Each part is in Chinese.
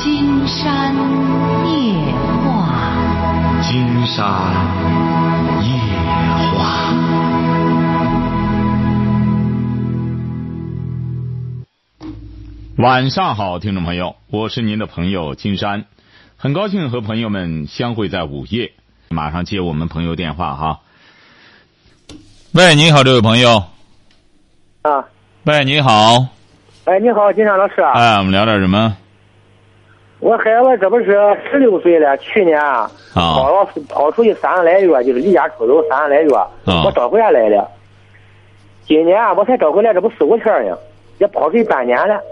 金山夜话， 金山夜话。晚上好，听众朋友，我是您的朋友金山，很高兴和朋友们相会在午夜。马上接我们朋友电话哈。喂，你好，这位朋友。 啊。 喂，你好。 哎，你好，金山老师。 哎，我们聊点什么？ 我孩子这不是16岁了，去年跑出去3个来月，就是离家出走3个来月，我找回来了。今年我才找回来，这不4、5天呢，也跑出去半年了。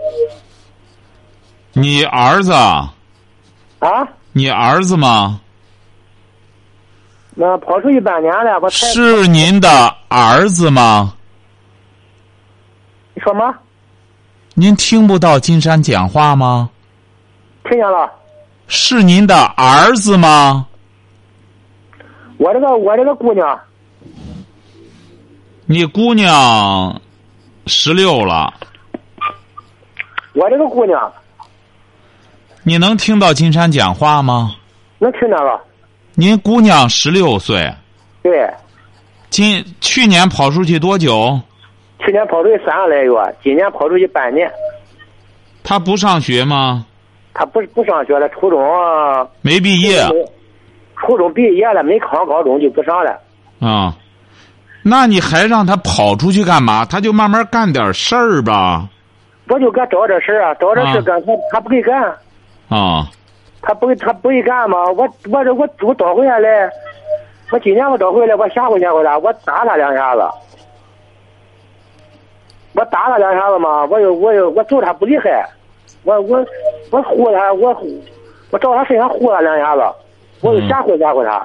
你儿子啊？ 啊？ 你儿子吗？ 那跑出去半年了，我才。 是您的儿子吗？ 你说吗？ 您听不到金山讲话吗？ 听见了。 是您的儿子吗？ 我这个姑娘。 你姑娘16了。 我这个姑娘。 你能听到金山讲话吗？ 能听见了。 您姑娘16岁。 对。 去年跑出去多久？ 去年跑出去3个来月，今年跑出去半年。 他不上学吗？ 他不上学了，初中没毕业。 初中毕业了，没考上高中就不上了。 啊，那你还让他跑出去干嘛？他就慢慢干点事儿吧。 我就给他找这事啊，找这事干，他不给干。 啊。 他不给干嘛？我找回来了，我今年我找回来，我吓唬他，我打他2下子。我打他2下子嘛，我揍他不厉害，我呼他，我照他身上呼他2下子，我又吓唬他。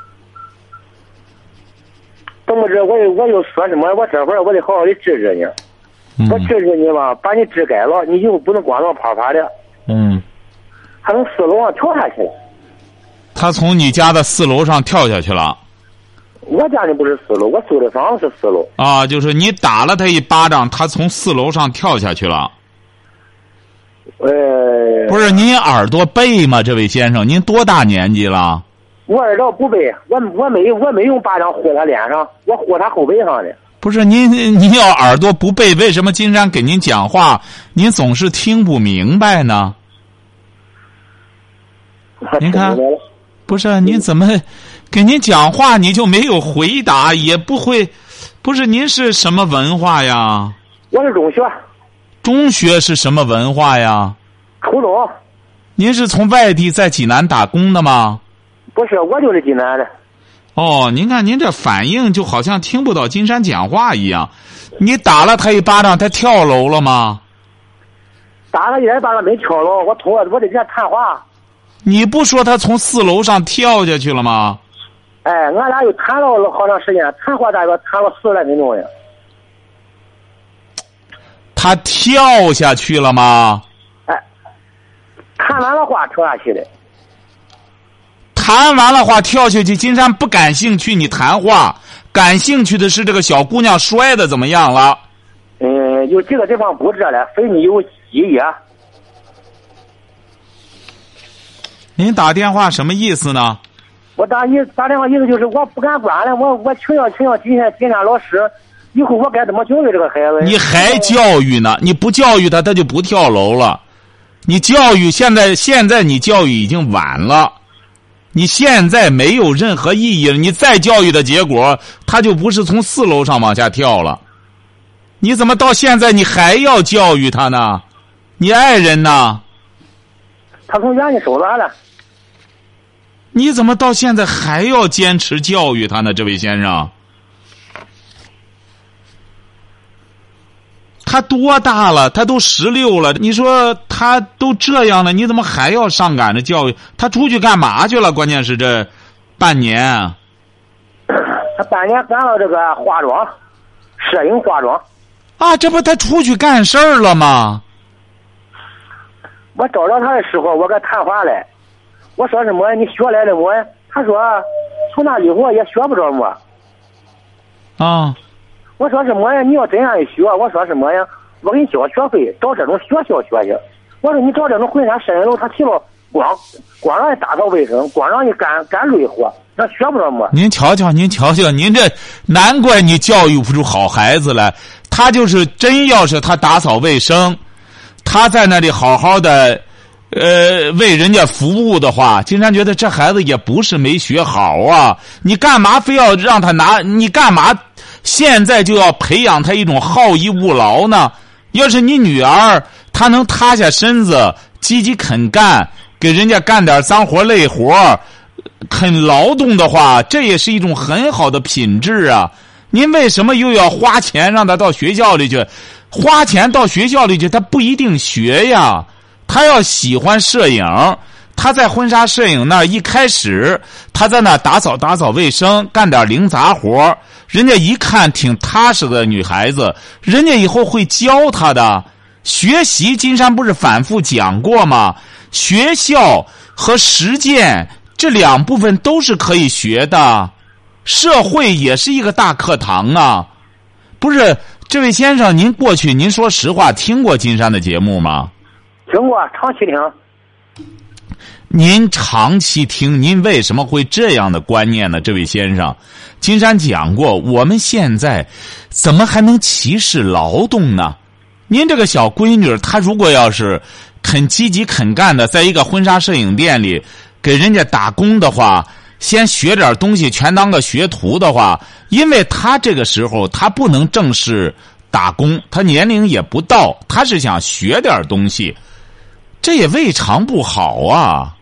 等不着我又说什么？我这会儿我得好好的治治你，我治治你嘛，把你治改了，你以后不能光跑跑的。他从4楼上跳下去了。 他从你家的4楼上跳下去了。 我家的不是4楼，我租的房子是4楼。 啊，就是你打了他一巴掌，他从4楼上跳下去了。不是您耳朵背吗？这位先生，您多大年纪了？ 我耳朵不背，我没用巴掌呼他脸上，我呼他后背上的。 不是您要耳朵不背，为什么金山给您讲话，您总是听不明白呢？您看，不是您怎么给您讲话你就没有回答，也不会，不是您是什么文化呀？ 我是中学。 中学是什么文化呀？ 初中。 您是从外地在济南打工的吗？ 不是，我就是济南的。 哦，您看您这反应就好像听不到金山讲话一样。你打了他一巴掌，他跳楼了吗？ 打了一巴掌没跳楼，我得跟他谈话。 你不说他从4楼上跳下去了吗？ 哎，俺俩又谈了好长时间，谈话大概谈了10来分钟呀。 他跳下去了吗？ 哎，谈完了话跳下去的。 谈完了话跳下去，金山不感兴趣，你谈话感兴趣的是这个小姑娘摔的怎么样了？ 有几个地方骨折了，非你有积液。 您打电话什么意思呢？ 我打电话意思就是我不敢管了，我请教金山老师，以后我该怎么教育这个孩子？ 你还教育呢？你不教育他，他就不跳楼了。你教育现在你教育已经晚了，你现在没有任何意义了。你再教育的结果，他就不是从4楼上往下跳了。你怎么到现在你还要教育他呢？你爱人呢？ 他从院里收来了。 你怎么到现在还要坚持教育他呢？这位先生，他多大了？他都16了。你说他都这样了，你怎么还要上赶着教育他？出去干嘛去了？关键是这半年啊。 他半年干了这个化妆，摄影化妆。 啊，这不他出去干事儿了吗？ 我找着他的时候，我跟他谈话来。我说什么？你学来了么？他说从那以后也学不着么。 啊。 我说什么呀？你要怎样的学？我说什么呀？我给你交学费，找这种学校学去。 我说你找这种婚纱摄影楼，他提了光让你打扫卫生，光让你干累活，那学不着么？ 您瞧瞧，您这难怪你教育不出好孩子来。他就是真要是他打扫卫生，他在那里好好的为人家服务的话，金山觉得这孩子也不是没学好啊。你干嘛非要让他拿？你干嘛现在就要培养他一种好逸恶劳呢？要是你女儿她能塌下身子积极肯干，给人家干点脏活累活，肯劳动的话，这也是一种很好的品质啊。您为什么又要花钱让他到学校里去？花钱到学校里去，他不一定学呀。他要喜欢摄影，他在婚纱摄影那儿一开始，他在那打扫卫生，干点零杂活，人家一看挺踏实的女孩子，人家以后会教他的。学习，金山不是反复讲过吗？学校和实践这两部分都是可以学的。社会也是一个大课堂啊。不是，这位先生，您过去您说实话听过金山的节目吗？ 听过，长期听。 您长期听，您为什么会这样的观念呢？这位先生，金山讲过，我们现在怎么还能歧视劳动呢？您这个小闺女，她如果要是肯积极肯干的，在一个婚纱摄影店里给人家打工的话，先学点东西，全当个学徒的话，因为她这个时候她不能正式打工，她年龄也不到，她是想学点东西，这也未尝不好啊。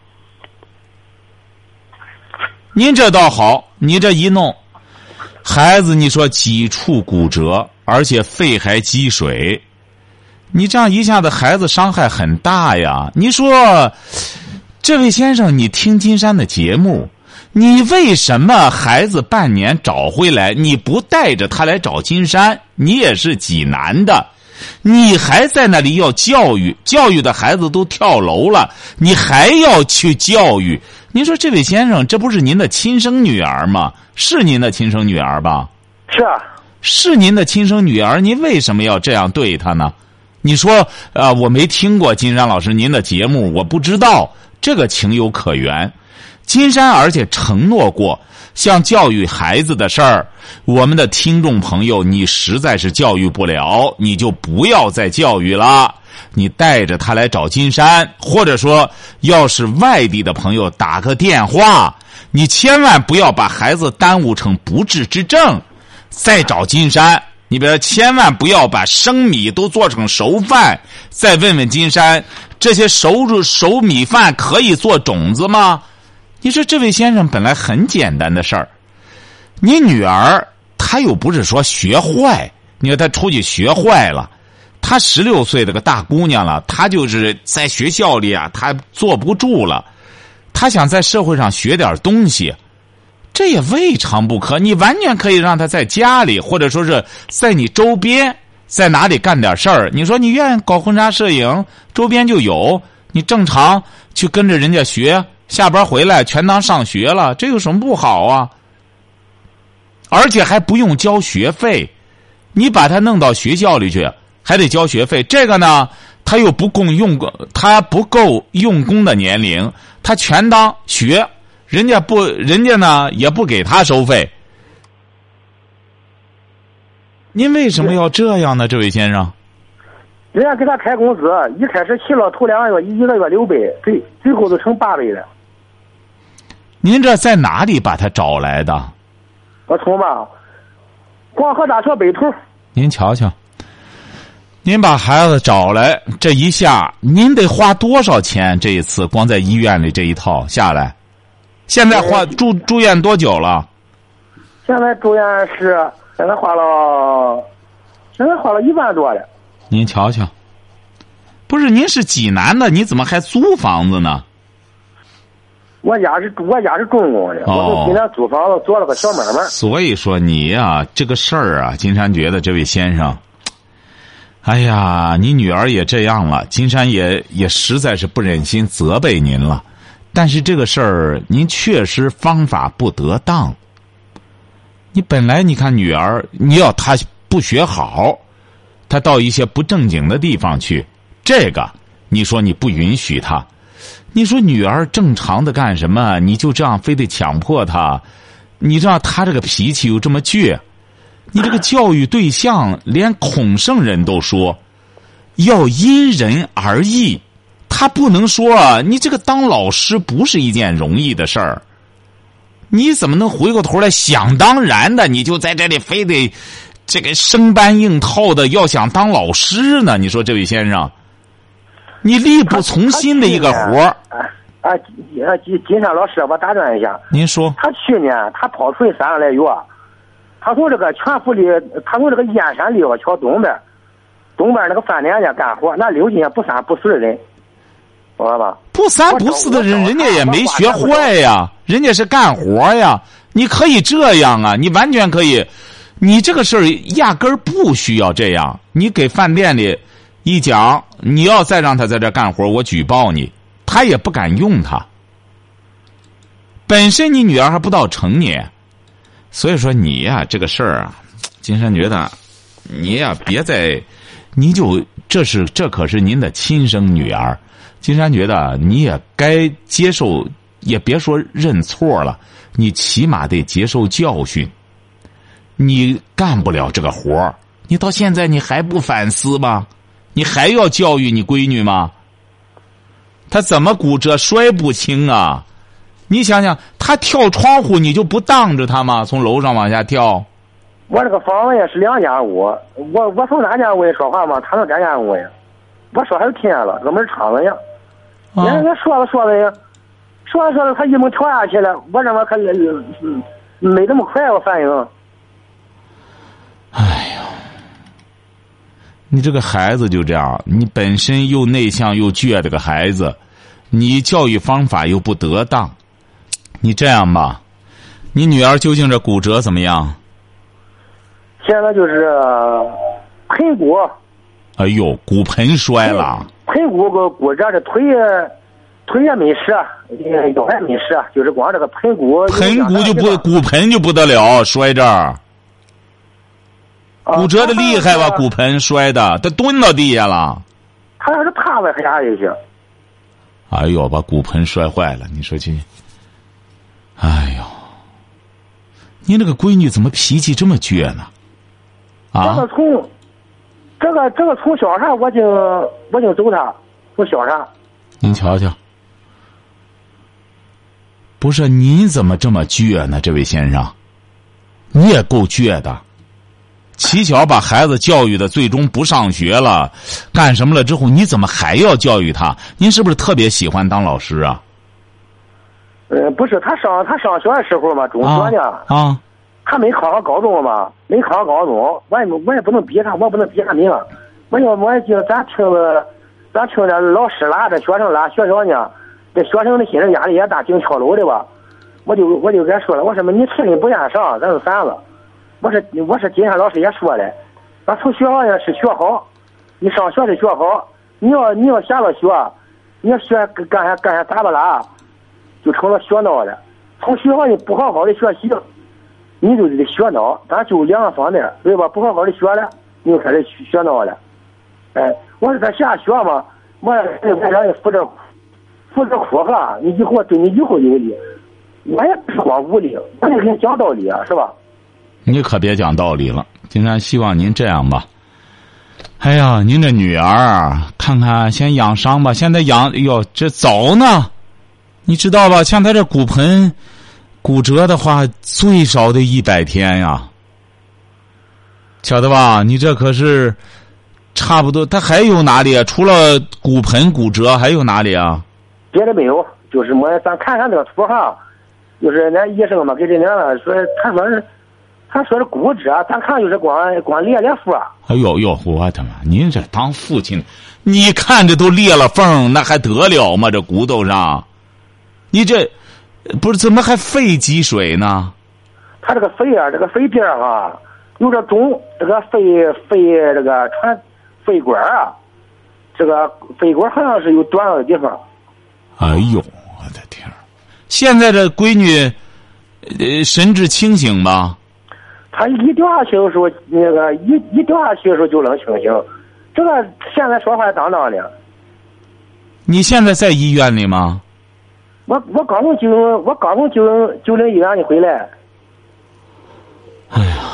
您这倒好，你这一弄，孩子你说几处骨折，而且肺还积水，你这样一下子孩子伤害很大呀。你说这位先生，你听金山的节目，你为什么孩子半年找回来，你不带着他来找金山？你也是济南的，你还在那里要教育的孩子都跳楼了，你还要去教育？您说这位先生，这不是您的亲生女儿吗？是您的亲生女儿吧？ 是啊， 是您的亲生女儿，您为什么要这样对她呢？你说我没听过金山老师您的节目，我不知道，这个情有可原。金山而且承诺过，像教育孩子的事儿，我们的听众朋友，你实在是教育不了，你就不要再教育了，你带着他来找金山，或者说要是外地的朋友打个电话，你千万不要把孩子耽误成不治之症，再找金山。你比如千万不要把生米都做成熟饭，再问问金山，这些熟米饭可以做种子吗？你说这位先生本来很简单的事儿，你女儿她又不是说学坏，你说她出去学坏了，她16岁的个大姑娘了，她就是在学校里啊，她坐不住了，她想在社会上学点东西，这也未尝不可。你完全可以让她在家里，或者说是在你周边，在哪里干点事儿。你说你愿意搞婚纱摄影，周边就有，你正常去跟着人家学，下班回来全当上学了，这有什么不好啊？而且还不用交学费，你把他弄到学校里去还得交学费，这个呢他又不够用功的年龄，他全当学，人家呢也不给他收费。您为什么要这样呢，这位先生？ 人家给他开工资，一开始起了头2个月，1个月6倍，最后都成8倍了。 您这在哪里把他找来的？ 我从黄河大桥北头。 您瞧瞧，您把孩子找来，这一下您得花多少钱？这一次光在医院里这一套下来，现在住院多久了？ 现在住院现在花了1万多了。 您瞧瞧，不是您是济南的，你怎么还租房子呢？ 我家是重工的，我就今天租房子做了个小买卖。 所以说你呀，这个事儿啊，金山觉得这位先生，哎呀，你女儿也这样了，金山也实在是不忍心责备您了。但是这个事儿，您确实方法不得当。你本来你看女儿，你要她不学好，她到一些不正经的地方去，这个你说你不允许他，你说女儿正常的干什么？你就这样非得强迫她？你知道他这个脾气又这么倔，你这个教育对象连孔圣人都说要因人而异，他不能说你这个当老师不是一件容易的事儿。你怎么能回过头来想当然的你就在这里非得这个生搬硬套的要想当老师呢？你说这位先生，你力不从心的一个活儿。 金山老师，我打断一下。 您说。 他去年他跑出去3个来月，他从这个全福里，他从这个燕山六桥东边那个饭店家干活，那溜进去不三不四的人，知道吧？不三不四的人，人家也没学坏呀，人家是干活呀。你可以这样啊，你完全可以。你这个事儿压根儿不需要这样。你给饭店里一讲，你要再让他在这干活，我举报你，他也不敢用他。本身你女儿还不到成年，所以说你呀，这个事儿啊，金山觉得你呀别再，你就这可是您的亲生女儿。金山觉得你也该接受，也别说认错了，你起码得接受教训。你干不了这个活儿，你到现在你还不反思吗？你还要教育你闺女吗？她怎么骨折摔不轻啊？你想想，她跳窗户你就不当着她吗？从楼上往下跳。 我这个房子也是2间屋，我从哪间屋里说话嘛，他从这间屋呀。我说还是听见了，搁门窗子呀。人家说了呀，说了，他一猛跳下去了。我认为可没这么快，我反应。 哎呀，你这个孩子就这样，你本身又内向又倔，这个孩子，你教育方法又不得当。你这样吧，你女儿究竟这骨折怎么样？ 现在就是盆骨。 哎呦，骨盆摔了。 盆骨骨折，这腿也没折，腰也没折，就是光这个盆骨。 骨盆就不得了，摔这儿。骨折的厉害吧？骨盆摔的，他蹲到地下了。 他要是趴着下去。 哎呦，把骨盆摔坏了，你说去。哎呦，您这个闺女怎么脾气这么倔呢？啊！ 这个从小上我就走他，从小上。 您瞧瞧，不是您怎么这么倔呢？这位先生，你也够倔的。起小把孩子教育的最终不上学了，干什么了之后，你怎么还要教育他？您是不是特别喜欢当老师啊？ 不是，他上学的时候嘛，中学呢。他没考上高中嘛，我也不能逼他，我不能逼他命。我就咱听着老师啦，这学生啦，学校呢，这学生的心理压力也大，净跳楼的吧。我就跟他说了，我说你听你不愿上，咱就散了。我说金山老师也说了，咱从学校呢是学好，你上学是学好，你要下了学，你要学干啥咋不啦，就成了学孬了。从学校你不好好的学习，你就得学孬，咱就2个方面，对吧？不好好的学了，你就开始学孬了。我说他下学嘛，我让你扶着苦哈，你以后对你以后有利。我也不是光无理，我得给你讲道理啊，是吧？ 你可别讲道理了，金山希望您这样吧。哎呀，您这女儿看看先养伤吧，现在哟这早呢，你知道吧？像她这骨盆骨折的话，最少得100天呀，晓得吧？你这可是差不多。她还有哪里啊？除了骨盆骨折，还有哪里啊？ 别的没有，就是咱看这个图哈，就是那医生嘛给这娘了说，他说是骨折，咱看就是光裂缝。 哎呦，我他妈！您这当父亲，你看这都裂了缝，那还得了吗？这骨头上，你这不是怎么还肺积水呢？ 他这个肺啊，这个肺边啊，有点肿，这个肺这个传肺管啊，这个肺管好像是有短了的地方。 哎呦，我的天！现在这闺女，神志清醒吧？ 他一掉下去的时候，那个一掉下去的时候就能清醒，这个现在说话当的。 你现在在医院里吗？ 我刚从九零医院里回来。 哎呀，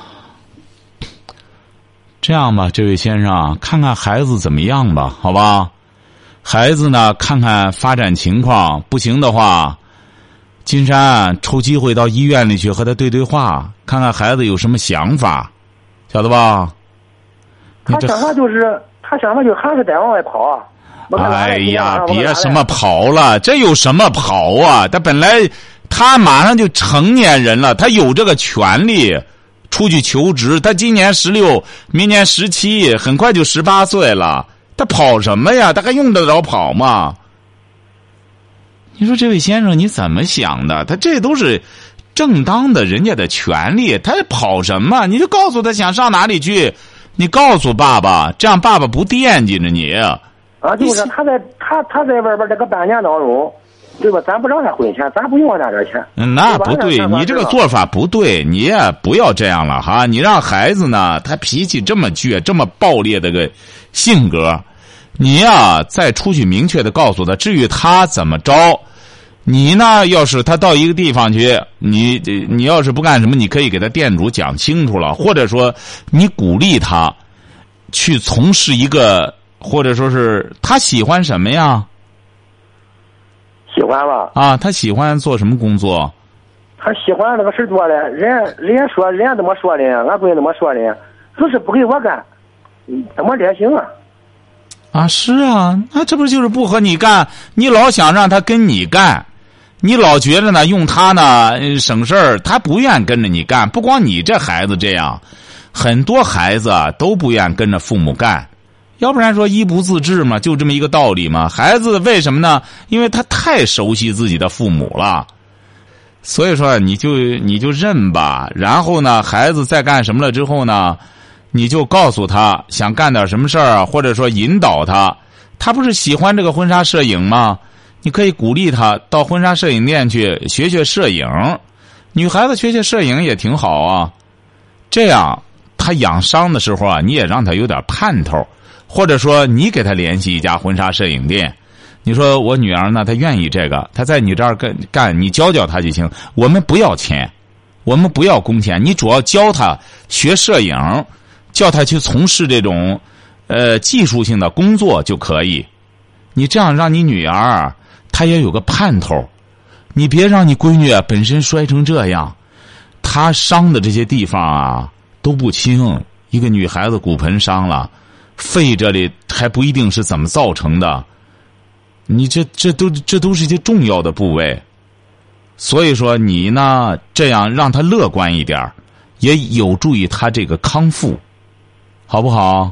这样吧，这位先生，看看孩子怎么样吧，好吧？孩子呢，看看发展情况，不行的话，金山抽机会到医院里去和他对对话，看看孩子有什么想法，晓得吧？ 他想法就是还是得往外跑。 哎呀，别什么跑了，这有什么跑啊？他马上就成年人了，他有这个权利出去求职。他今年16，明年17，很快就18岁了。他跑什么呀？他还用得着跑吗？你说这位先生你怎么想的？他这都是正当的人家的权利，他跑什么？你就告诉他想上哪里去，你告诉爸爸，这样爸爸不惦记着你。 就是他在外边这个半年当中，对吧？咱不让他混钱，咱不用那点钱。 那不对，你这个做法不对，你也不要这样了哈！你让孩子呢，他脾气这么倔，这么暴烈的个性格，你呀再出去明确的告诉他，至于他怎么着，你呢要是他到一个地方去，你要是不干什么，你可以给他店主讲清楚了，或者说你鼓励他去从事一个。或者说是他喜欢什么呀？ 喜欢吧？ 他喜欢做什么工作？ 他喜欢那个事多了，人家怎么说的？俺闺女怎么说的？就是不给我干，怎么也行啊？ 是啊，那这不就是不和你干？你老想让他跟你干，你老觉得呢用他呢省事儿，他不愿跟着你干。不光你这孩子这样，很多孩子都不愿跟着父母干。要不然说一不自知嘛，就这么一个道理嘛。孩子为什么呢？因为他太熟悉自己的父母了，所以说你就认吧。然后呢，孩子在干什么了之后呢，你就告诉他想干点什么事儿啊，或者说引导他。他不是喜欢这个婚纱摄影吗？你可以鼓励他到婚纱摄影店去学学摄影，女孩子学学摄影也挺好啊。这样他养伤的时候啊，你也让他有点盼头。或者说你给他联系一家婚纱摄影店，你说我女儿呢，她愿意这个，她在你这儿干，你教教她就行。我们不要钱，我们不要工钱，你主要教她学摄影，叫她去从事这种技术性的工作就可以。你这样让你女儿她也有个盼头，你别让你闺女本身摔成这样，她伤的这些地方啊都不轻。一个女孩子骨盆伤了。肺这里还不一定是怎么造成的，你这都是一些重要的部位，所以说你呢这样让他乐观一点，也有助于他这个康复，好不好？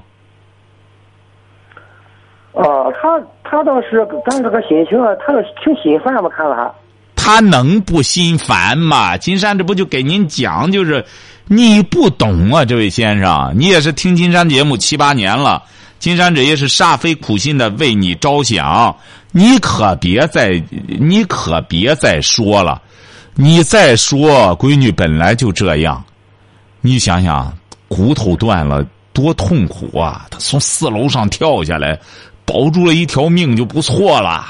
他倒是咱这个心情啊，他是挺心烦嘛，看了他能不心烦吗？金山这不就给您讲，就是你不懂啊，这位先生，你也是听金山节目7、8年了，金山这也是煞费苦心的为你着想，你可别再说了，你再说闺女本来就这样，你想想骨头断了多痛苦啊，她从4楼上跳下来，保住了一条命就不错了。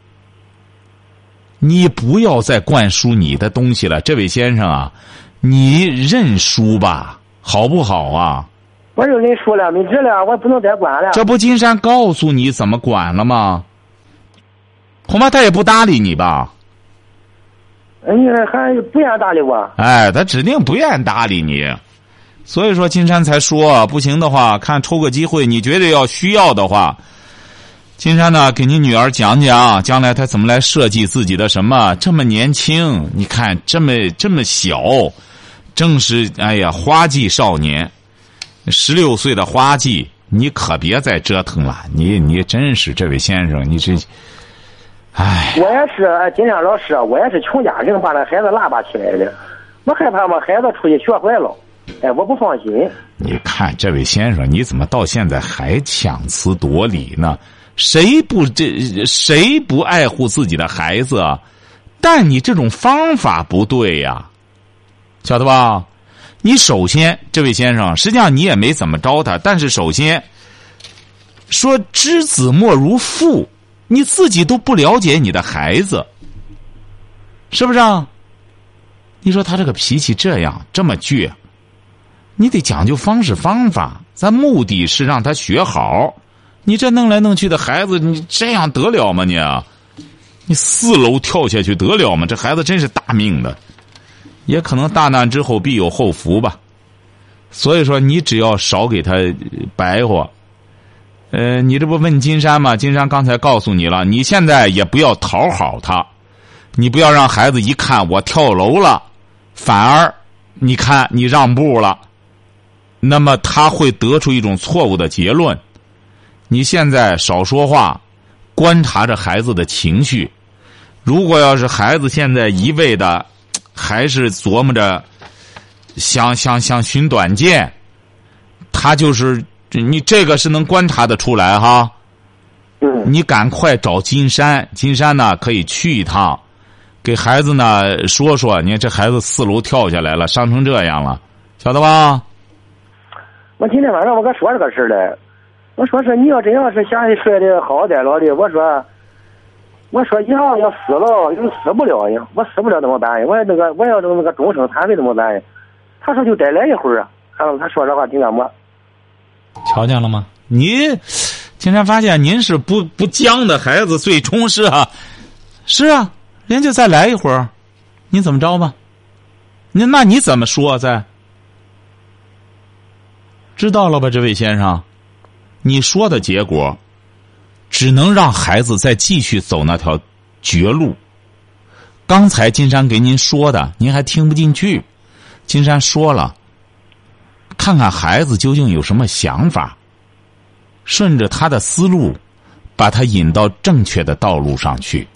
你不要再灌输你的东西了，这位先生啊，你认输吧，好不好啊？ 我就认输了，没治了，我不能再管了。 这不金山告诉你怎么管了吗？恐怕他也不搭理你吧？ 你还不愿搭理我？ 他指定不愿搭理你。所以说金山才说，不行的话，看抽个机会，你觉得要需要的话，金山呢给你女儿讲讲将来她怎么来设计自己的什么。这么年轻，你看这么小，正是花季少年，16岁的花季，你可别再折腾了，你真是这位先生，你这我也是金山老师，我也是穷家庭把那孩子拉拔起来的，我害怕我孩子出去学坏了，我不放心。 你看这位先生，你怎么到现在还强词夺理呢？谁不爱护自己的孩子啊？但你这种方法不对呀，晓得吧？你首先，这位先生，实际上你也没怎么着他，但是首先说知子莫如父， 你自己都不了解你的孩子，是不是啊？你说他这个脾气这样这么倔，你得讲究方式方法，咱目的是让他学好。你这弄来弄去的孩子，你这样得了吗你？你4楼跳下去得了吗？这孩子真是大命的，也可能大难之后必有后福吧。所以说你只要少给他白活。你这不问金山吗？金山刚才告诉你了，你现在也不要讨好他，你不要让孩子一看我跳楼了，反而你看你让步了，那么他会得出一种错误的结论。你现在少说话，观察着孩子的情绪。如果要是孩子现在一味的还是琢磨着想寻短见，他就是你这个是能观察得出来哈。你赶快找金山，金山呢可以去一趟，给孩子呢说说，你看这孩子4楼跳下来了，伤成这样了，晓得吧？ 我今天晚上我跟他说这个事嘞，我说是你要真要是想睡得好点老的，我说以后要死了，又死不了呀，我死不了怎么办呀？我要那个终生残废怎么办呀？他说就再来一会儿啊，看到他说这话听见没？ 瞧见了吗？你经常发现您是不犟的孩子，最终是啊，人家再来一会儿，你怎么着吧？那你怎么说再？知道了吧，这位先生，你说的结果只能让孩子再继续走那条绝路。刚才金山给您说的您还听不进去，金山说了，看看孩子究竟有什么想法，顺着他的思路把他引到正确的道路上去。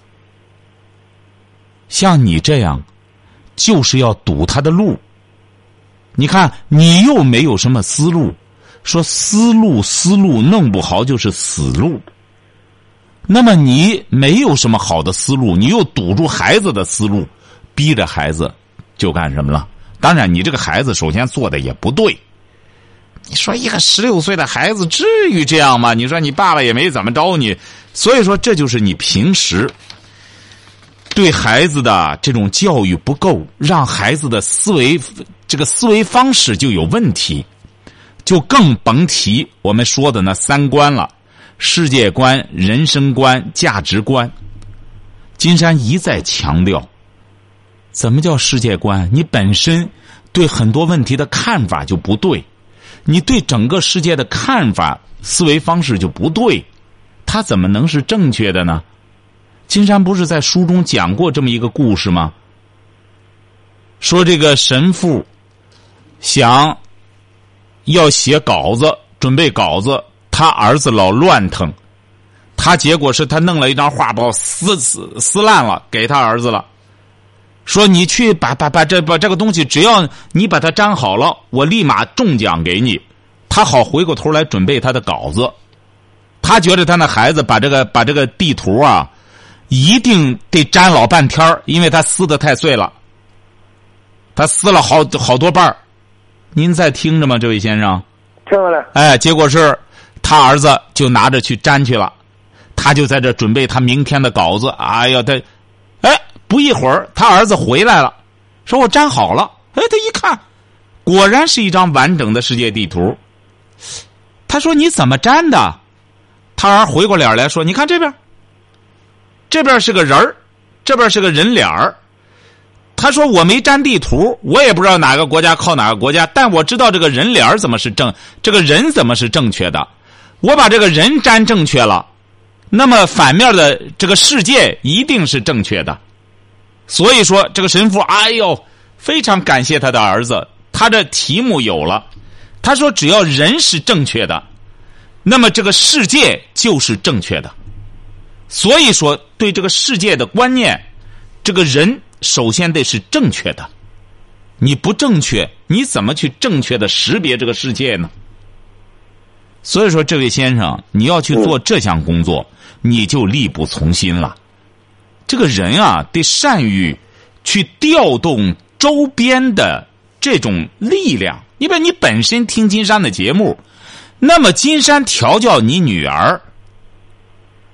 像你这样就是要堵他的路，你看你又没有什么思路，说思路弄不好就是死路。那么你没有什么好的思路，你又堵住孩子的思路，逼着孩子就干什么了？当然你这个孩子首先做的也不对，你说一个16岁的孩子至于这样吗？你说你爸爸也没怎么着你，所以说这就是你平时对孩子的这种教育不够，让孩子的思维方式就有问题，就更甭提我们说的那3观了，世界观、人生观、价值观。金山一再强调，怎么叫世界观？你本身对很多问题的看法就不对，你对整个世界的看法、思维方式就不对，它怎么能是正确的呢？金山不是在书中讲过这么一个故事吗？说这个神父想要写稿子，准备稿子，他儿子老乱腾，他结果是他弄了一张画报撕烂了，给他儿子了，说你去把这个东西，只要你把它粘好了，我立马中奖给你。他好回过头来准备他的稿子，他觉得他那孩子把这个地图啊，一定得粘老半天，因为他撕得太碎了，他撕了好多瓣。您在听着吗，这位先生？ 听着了。 哎，结果是他儿子就拿着去粘去了，他就在这准备他明天的稿子。哎呀，不一会儿他儿子回来了，说我粘好了。他一看，果然是一张完整的世界地图。他说你怎么粘的？他儿回过脸来说，你看这边是个人儿，这边是个人脸儿。他说我没粘地图，我也不知道哪个国家靠哪个国家，但我知道这个人脸怎么是这个人怎么是正确的。我把这个人粘正确了，那么反面的这个世界一定是正确的。所以说这个神父非常感谢他的儿子，他的题目有了。他说只要人是正确的，那么这个世界就是正确的。所以说对这个世界的观念，这个人首先得是正确的，你不正确，你怎么去正确的识别这个世界呢？所以说这位先生，你要去做这项工作，你就力不从心了。这个人啊，得善于去调动周边的这种力量。因为你本身听金山的节目，那么金山调教你女儿，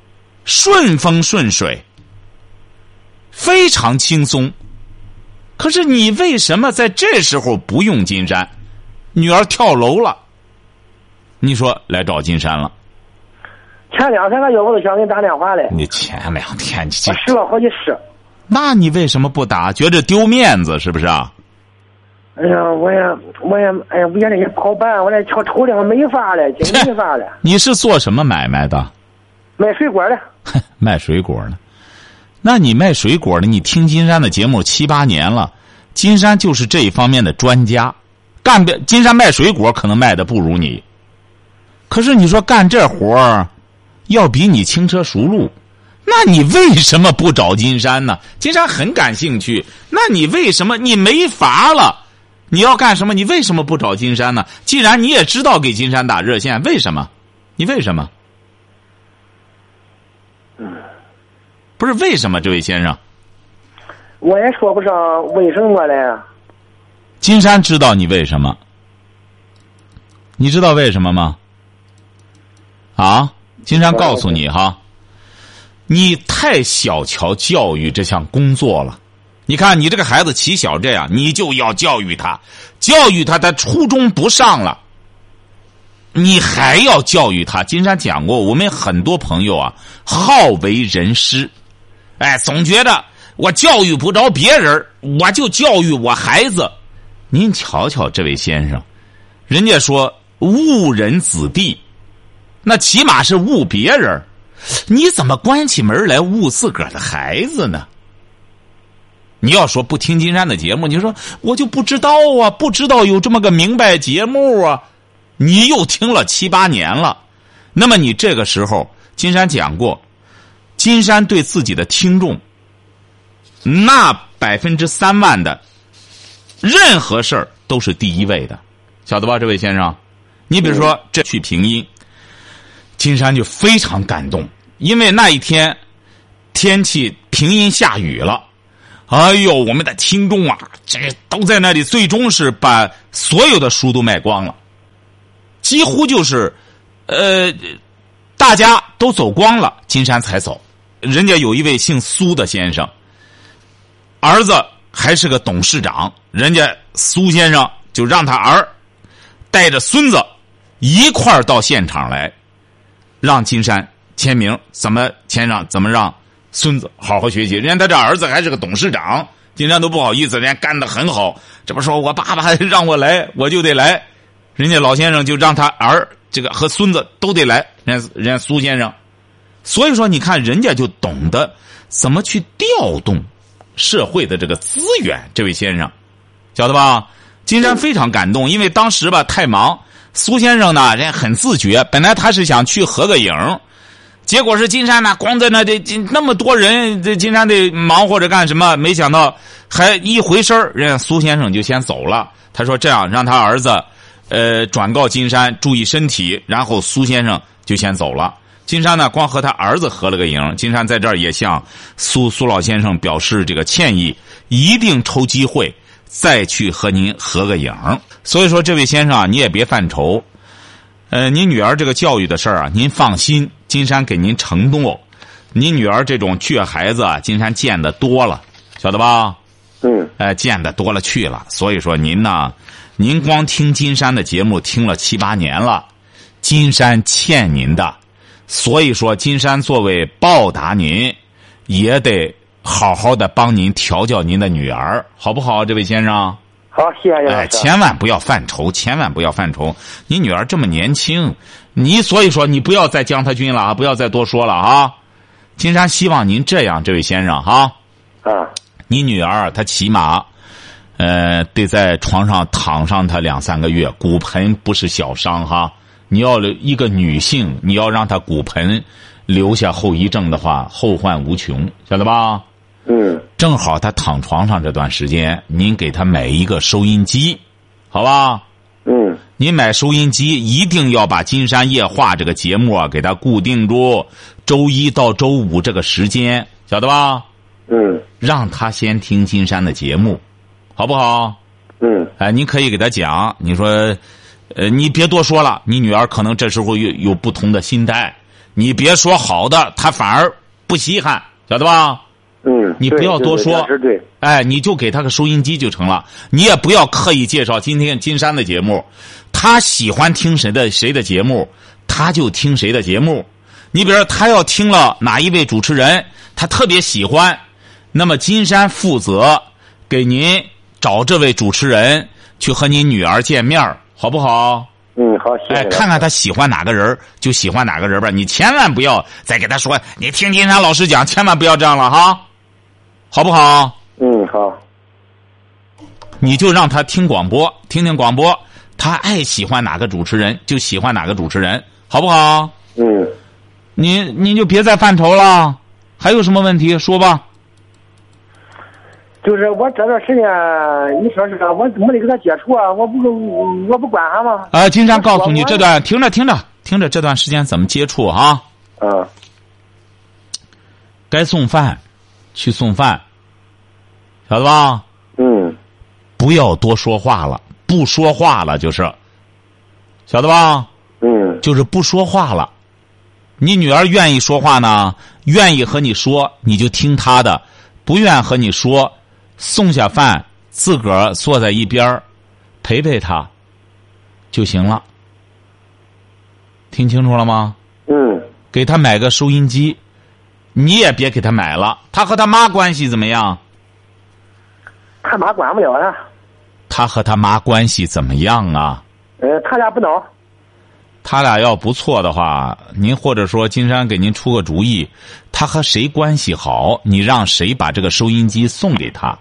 顺风顺水，非常轻松。可是你为什么在这时候不用金山？女儿跳楼了，你说来找金山了。 前2-3个月我都想给你打电话来。 你前2天你我试了好几次。 那你为什么不打？觉着丢面子是不是啊？ 哎呀，我也，哎呀，我也那些跑办，我这抽的没法了，经没法了。 你是做什么买卖的？ 卖水果的。 卖水果的。那你卖水果的，你听金山的节目7-8年了，金山就是这一方面的专家。金山卖水果可能卖的不如你，可是你说干这活儿要比你轻车熟路，那你为什么不找金山呢？金山很感兴趣，那你为什么你没法了？你要干什么？你为什么不找金山呢？既然你也知道给金山打热线，为什么？你为什么？不是为什么，这位先生？ 我也说不上为什么嘞。 金山知道你为什么？你知道为什么吗？啊，金山告诉你哈，你太小瞧教育这项工作了。你看你这个孩子起小这样，你就要教育他，他初中不上了，你还要教育他。金山讲过，我们很多朋友啊，好为人师，总觉得我教育不着别人，我就教育我孩子。您瞧瞧这位先生，人家说误人子弟，那起码是误别人，你怎么关起门来误自个儿的孩子呢？你要说不听金山的节目，你说我就不知道啊，不知道有这么个明白节目啊，你又听了7-8年了。那么你这个时候，金山讲过，金山对自己的听众那3万的任何事儿都是第一位的，晓得吧，这位先生？你比如说这去平阴，金山就非常感动，因为那一天天气平阴下雨了，哎呦，我们的听众啊，这都在那里，最终是把所有的书都卖光了，几乎就是大家都走光了，金山才走。人家有一位姓苏的先生，儿子还是个董事长，人家苏先生就让他儿带着孙子一块儿到现场来，让金山签名，怎么签上，怎么让孙子好好学习。人家他这儿子还是个董事长，金山都不好意思，人家干得很好，这不说我爸爸让我来我就得来，人家老先生就让他儿这个和孙子都得来，人家苏先生。所以说你看人家就懂得怎么去调动社会的这个资源，这位先生晓得吧？金山非常感动，因为当时吧太忙，苏先生呢人家很自觉，本来他是想去合个影，结果是金山呢光在那么多人，这金山得忙活着干什么，没想到还一回身人家苏先生就先走了。他说这样让他儿子转告金山注意身体，然后苏先生就先走了。金山呢光和他儿子合了个影，金山在这儿也向苏老先生表示这个歉意，一定抽机会再去和您合个影。所以说这位先生啊，你也别犯愁，您女儿这个教育的事儿啊，您放心，金山给您承诺，您女儿这种倔孩子啊，金山见得多了，晓得吧？见得多了去了。所以说您呢，您光听金山的节目听了7-8年了，金山欠您的。所以说金山作为报答您，也得好好的帮您调教您的女儿，好不好，这位先生？ 好，谢谢老师。 千万不要犯愁，千万不要犯愁。你女儿这么年轻，所以说你不要再将她军了啊，不要再多说了啊。金山希望您这样，这位先生哈。你女儿她起码得在床上躺上她2-3个月，骨盆不是小伤哈。你要一个女性，你要让她骨盆留下后遗症的话，后患无穷，晓得吧？正好她躺床上这段时间，您给她买一个收音机，好吧？您买收音机一定要把金山夜话这个节目啊给她固定住，周一到周五这个时间，晓得吧？让她先听金山的节目，好不好？您可以给她讲，你说你别多说了，你女儿可能这时候有不同的心态， 你别说好的，他反而不稀罕，晓得吧？你不要多说， 对， 哎，你就给他个收音机就成了。你也不要刻意介绍今天金山的节目，他喜欢听谁的节目，他就听谁的节目。你比如说，他要听了哪一位主持人，他特别喜欢，那么金山负责给您找这位主持人去和您女儿见面，好不好？ 好，谢谢。 哎，看看他喜欢哪个人就喜欢哪个人吧。你千万不要再给他说，你听金山老师讲，千万不要这样了哈。好不好？ 好。 你就让他听广播，听听广播，他爱喜欢哪个主持人就喜欢哪个主持人，好不好？你就别再犯愁了。还有什么问题说吧？ 就是我这段时间，你说是我没得跟他接触啊，我不管他吗？ 金山告诉你，这段听着，这段时间怎么接触啊？该送饭。去送饭，晓得吧？不要多说话了，不说话了就是，晓得吧？就是不说话了。你女儿愿意说话呢，愿意和你说，你就听她的；不愿和你说，送下饭，自个儿坐在一边陪陪她就行了。听清楚了吗？给她买个收音机。你也别给他买了，他和他妈关系怎么样？ 他妈管不了他。 他和他妈关系怎么样啊？ 他俩不孬。 他俩要不错的话，您或者说金山给您出个主意，他和谁关系好，你让谁把这个收音机送给他。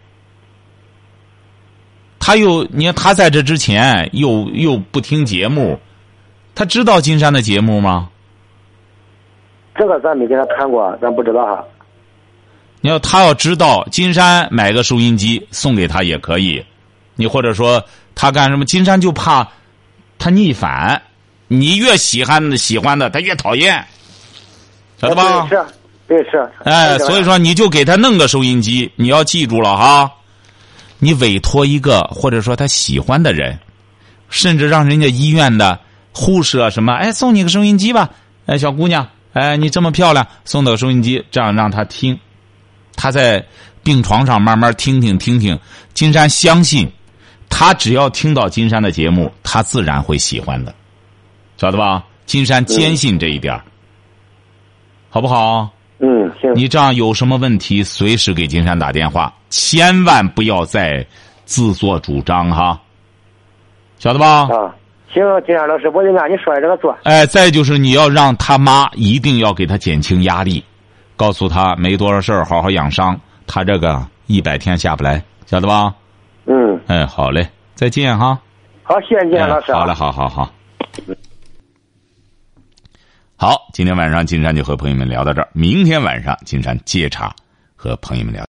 你看他在这之前又不听节目，他知道金山的节目吗？ 这个咱没跟他谈过，咱不知道哈。 他要知道，金山买个收音机送给他也可以。你或者说他干什么，金山就怕他逆反，你越喜欢的他越讨厌，晓得吧？ 对是。 哎，所以说你就给他弄个收音机，你要记住了哈。你委托一个或者说他喜欢的人，甚至让人家医院的护士啊什么，哎，送你个收音机吧，哎，小姑娘。哎，你这么漂亮，送到收音机，这样让他听，他在病床上慢慢听听。金山相信，他只要听到金山的节目，他自然会喜欢的，晓得吧？金山坚信这一点，好不好？ 行。 你这样有什么问题，随时给金山打电话，千万不要再自作主张哈，晓得吧？ 行，金山老师，我就按你说的这个做。 哎，再就是你要让他妈一定要给他减轻压力，告诉他没多少事儿，好好养伤。他这个100天下不来，晓得吧？哎，好嘞，再见哈。 好，谢谢金山老师。 好嘞，好。好，今天晚上金山就和朋友们聊到这儿，明天晚上金山接茬和朋友们聊。